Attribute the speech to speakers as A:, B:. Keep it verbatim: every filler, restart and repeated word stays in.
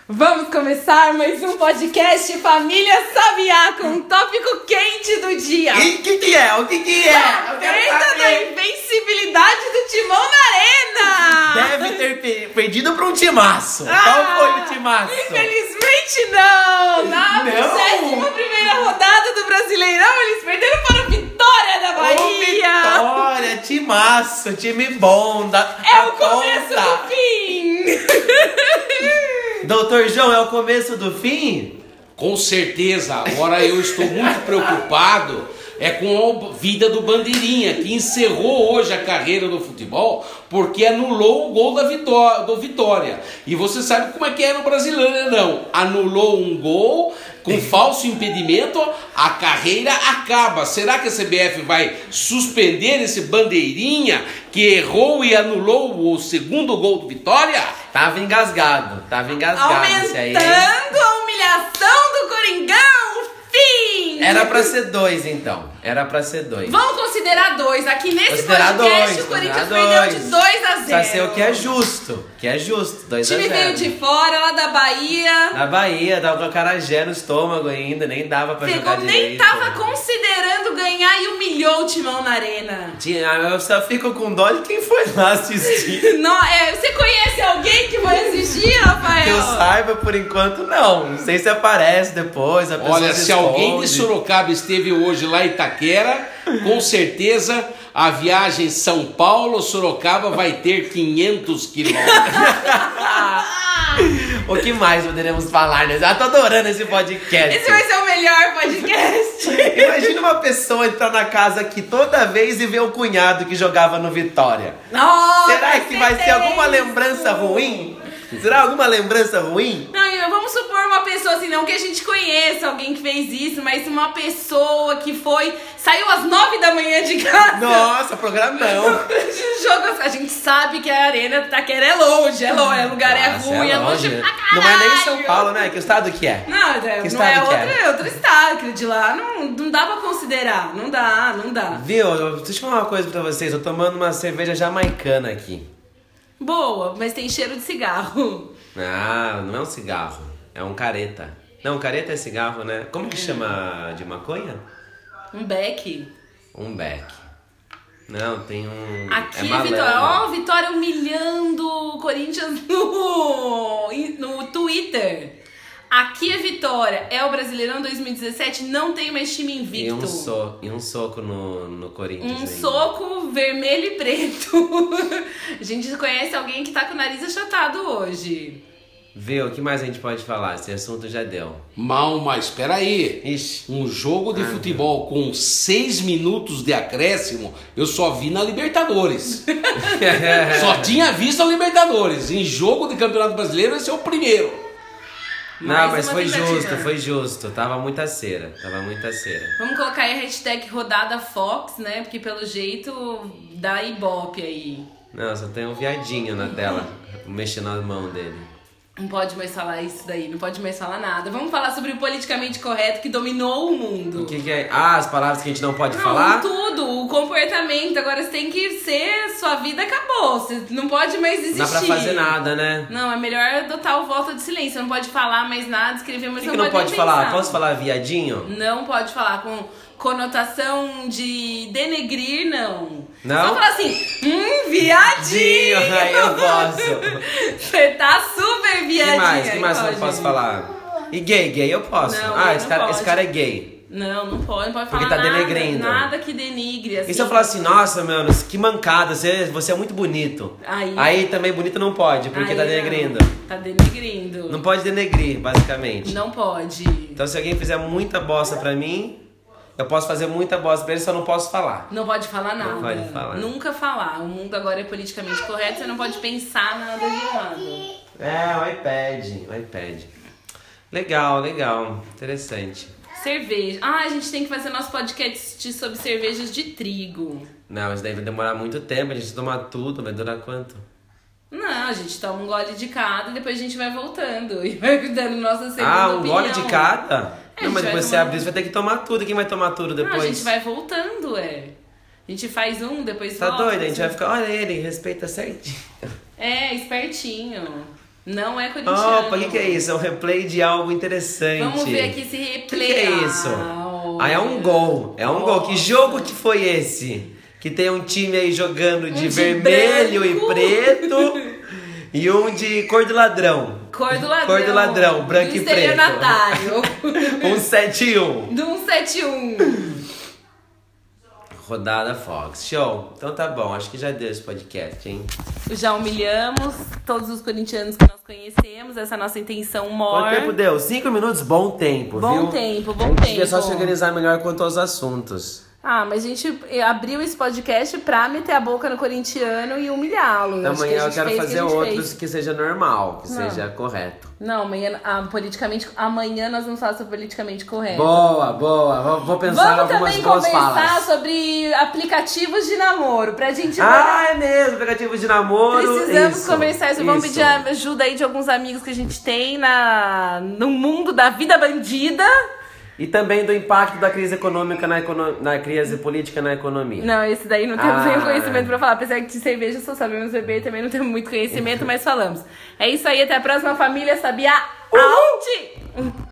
A: Vamos começar mais um podcast Família Sabiá com um tópico quente do dia.
B: E o que que é? O que que é?
A: A perda da invencibilidade do Timão na Arena.
B: Deve ter pe- perdido pra um timaço.
A: Ah,
B: Qual foi o timaço?
A: Infelizmente não. Na
B: Não.
A: sétima primeira rodada do Brasileirão, eles perderam para o Vitória da
B: Ô,
A: Bahia.
B: Vitória, timaço, time bom. Da,
A: É
B: da
A: o começo
B: conta.
A: do fim.
B: Doutor João, é o começo do fim?
C: Com certeza. Agora eu estou muito preocupado é com a vida do Bandeirinha, que encerrou hoje a carreira do futebol porque anulou o gol da Vitó- do Vitória. E você sabe como é que é no Brasileiro, não? Anulou um gol com falso impedimento, a carreira acaba. Será que a C B F vai suspender esse Bandeirinha que errou e anulou o segundo gol do Vitória?
B: Tava engasgado, tava engasgado esse aí.
A: Aumentando a humilhação do Coringão. Fim!
B: Era pra ser dois, então. Era pra ser dois.
A: Vamos considerar dois. Aqui nesse
B: Considerar
A: podcast
B: dois,
A: o Corinthians
B: considerar
A: perdeu de
B: dois.
A: dois a zero.
B: Pra ser o que é justo. Que é justo,
A: O
B: dois a
A: time
B: zero.
A: veio de fora, lá da Bahia.
B: Na Bahia, tava com a acarajé no estômago ainda, nem dava pra
A: Pegou,
B: jogar
A: nem
B: direito.
A: tava considerando ganhar e humilhou o Timão na Arena.
B: Tinha, eu só fico com dó de quem foi lá assistir.
A: Não, é, você conhece alguém que vai assistir, Rafael?
B: Que eu saiba, por enquanto, não. Não sei se aparece depois, a pessoa
C: Olha,
B: se
C: se alguém de
B: esconde.
C: Sorocaba esteve hoje lá em Itaquera, com certeza a viagem São Paulo-Sorocaba vai ter quinhentos quilômetros.
B: O que mais poderemos falar, né? Eu tô adorando esse podcast.
A: Esse vai ser o melhor podcast.
B: Imagina uma pessoa entrar na casa aqui toda vez e ver o cunhado que jogava no Vitória.
A: Nossa,
B: Será que vai ser
A: tenso.
B: alguma lembrança ruim? Será alguma lembrança ruim?
A: Não, e vamos supor uma pessoa assim, não que a gente conheça alguém que fez isso, mas uma pessoa que foi, saiu às nove da manhã de casa.
B: Nossa, programão.
A: Jogo, a gente sabe que a Arena do Itaquera é longe, é longe, o lugar é
B: Nossa,
A: ruim, é longe
B: né?
A: pra caralho.
B: Não é nem São Paulo, né? Que estado que é?
A: Não, é,
B: Que
A: não
B: estado
A: é
B: que
A: outro,
B: é?
A: é outro estado, aquele de lá não, não dá pra considerar, não dá, não dá.
B: Viu? Eu- Deixa eu falar uma coisa pra vocês. Eu tô tomando uma cerveja jamaicana aqui.
A: Boa, mas tem cheiro de cigarro.
B: Ah, não é um cigarro. É um careta. Não, careta é cigarro, né? Como que chama de maconha?
A: Um beck.
B: Um beck. Não, tem um...
A: Aqui,
B: é malema.
A: Vitória, ó, Vitória humilhando o Corinthians no, no Twitter. Aqui é Vitória, é o Brasileirão dois mil e dezessete, não tem mais time
B: E
A: invicto.
B: um, so, e um soco no, no Corinthians
A: Um
B: ainda.
A: soco vermelho e preto. A gente conhece alguém que tá com o nariz achatado hoje.
B: Viu? O que mais a gente pode falar? Esse assunto já deu.
C: Mal, mas espera aí.
B: Ixi.
C: Um jogo de futebol com seis minutos de acréscimo, eu só vi na Libertadores. Só tinha visto a Libertadores. Em jogo de Campeonato Brasileiro, esse é o primeiro.
B: Não,
A: Mais
B: mas
A: uma
B: foi
A: tentativa.
B: justo, foi justo. Tava muita cera. Tava muita cera.
A: Vamos colocar aí a hashtag rodada Fox, né? Porque pelo jeito dá ibope aí.
B: Não, só tem um viadinho na tela, mexendo na mão dele.
A: Não pode mais falar isso daí, não pode mais falar nada. Vamos falar sobre o politicamente correto que dominou o mundo.
B: O que que é? Ah, as palavras que a gente não pode
A: Não,
B: falar?
A: tudo, o comportamento. Agora você tem que ser, sua vida acabou. Você não pode mais existir.
B: Não dá pra fazer nada, né?
A: Não, é melhor adotar o voto de silêncio. Você não pode falar mais nada, escrever, mas
B: O que, que
A: não,
B: não pode
A: nem
B: falar?
A: pensar.
B: Posso falar viadinho?
A: Não pode falar com conotação de denegrir, não.
B: Não?
A: Só falar assim, hum, viadinho.
B: Aí eu posso.
A: Você tá super
B: O
A: viadinho.
B: que mais? O que
A: aí
B: mais eu não
A: pode.
B: posso falar? E gay, gay eu posso.
A: Não,
B: ah,
A: gay
B: esse
A: não
B: cara,
A: pode.
B: esse cara é gay.
A: Não, não pode, não pode
B: Porque
A: falar
B: tá
A: nada,
B: denegrindo.
A: nada que denigre. Assim.
B: E se eu falar assim, nossa, mano, que mancada, você, você é muito bonito.
A: Aí-
B: também bonito não pode, porque
A: Aí
B: tá
A: não,
B: denegrindo.
A: Tá denegrindo.
B: Não pode denegrir, basicamente.
A: Não pode.
B: Então se alguém fizer muita bosta pra mim, eu posso fazer muita bosta pra ele, só não posso falar.
A: Não pode falar nada.
B: Não pode falar.
A: Nunca falar. O mundo agora é politicamente correto, você não pode pensar nada de errado.
B: É, o iPad, o iPad. Legal, legal, interessante.
A: Cerveja. Ah, a gente tem que fazer nosso podcast sobre cervejas de trigo.
B: Não, isso daí vai demorar muito tempo, a gente tomar tudo, vai durar quanto?
A: Não, a gente toma um gole de cada e depois a gente vai voltando e vai dando nossa segunda
B: Ah, um
A: opinião.
B: gole de cada?
A: É, a
B: Não,
A: gente
B: mas
A: vai
B: depois você
A: tomar-
B: abrir, você vai ter que tomar tudo. Quem vai tomar tudo depois?
A: Não, a gente vai voltando, é. A gente faz um, depois
B: Tá
A: volta.
B: doido? A gente vai ficar, olha ele, respeita certinho.
A: É, espertinho. Não é corintiano.
B: Opa, o que, que é isso? É um replay de algo interessante.
A: Vamos ver aqui esse replay.
B: O que, que é isso?
A: Ah,
B: ah, é um gol. É um gol. Que jogo que foi esse? Que tem um time aí jogando de,
A: um de
B: vermelho
A: branco.
B: e preto e um de cor do ladrão.
A: Cor do ladrão.
B: Cor do ladrão, branco
A: do
B: e preto.
A: estelionatário.
B: um sete e um.
A: Do um sete um.
B: Rodada Fox. Show. Então tá bom, acho que já deu esse podcast, hein?
A: Já humilhamos todos os corintianos que nós conhecemos, essa é a nossa intenção maior.
B: Quanto tempo deu? Cinco minutos? Bom tempo,
A: Bom
B: viu?
A: tempo, bom
B: A gente
A: tempo.
B: devia só se organizar melhor quanto aos assuntos.
A: Ah, mas a gente abriu esse podcast pra meter a boca no corintiano e humilhá-lo.
B: Então,
A: Acho
B: amanhã
A: que a
B: eu
A: gente
B: quero
A: fez o
B: fazer
A: que a gente
B: outros
A: fez.
B: que seja normal, que
A: Não.
B: seja correto.
A: Não, amanhã, ah, politicamente, amanhã nós vamos falar sobre politicamente correto.
B: Boa, boa. Vou, vou pensar
A: Vamos
B: algumas
A: também
B: boas
A: conversar
B: falas.
A: sobre aplicativos de namoro, pra gente...
B: Ah, é mesmo, aplicativo de namoro.
A: Precisamos
B: isso,
A: conversar isso. Vamos
B: isso.
A: pedir ajuda aí de alguns amigos que a gente tem na, no mundo da vida bandida.
B: E também do impacto da crise econômica na, econo... na crise política na economia.
A: Não, esse daí não temos
B: Ah.
A: nenhum conhecimento pra falar. Apesar que de cerveja só sabemos beber, também não temos muito conhecimento, mas falamos. É isso aí, até a próxima, família Sabiá. Out!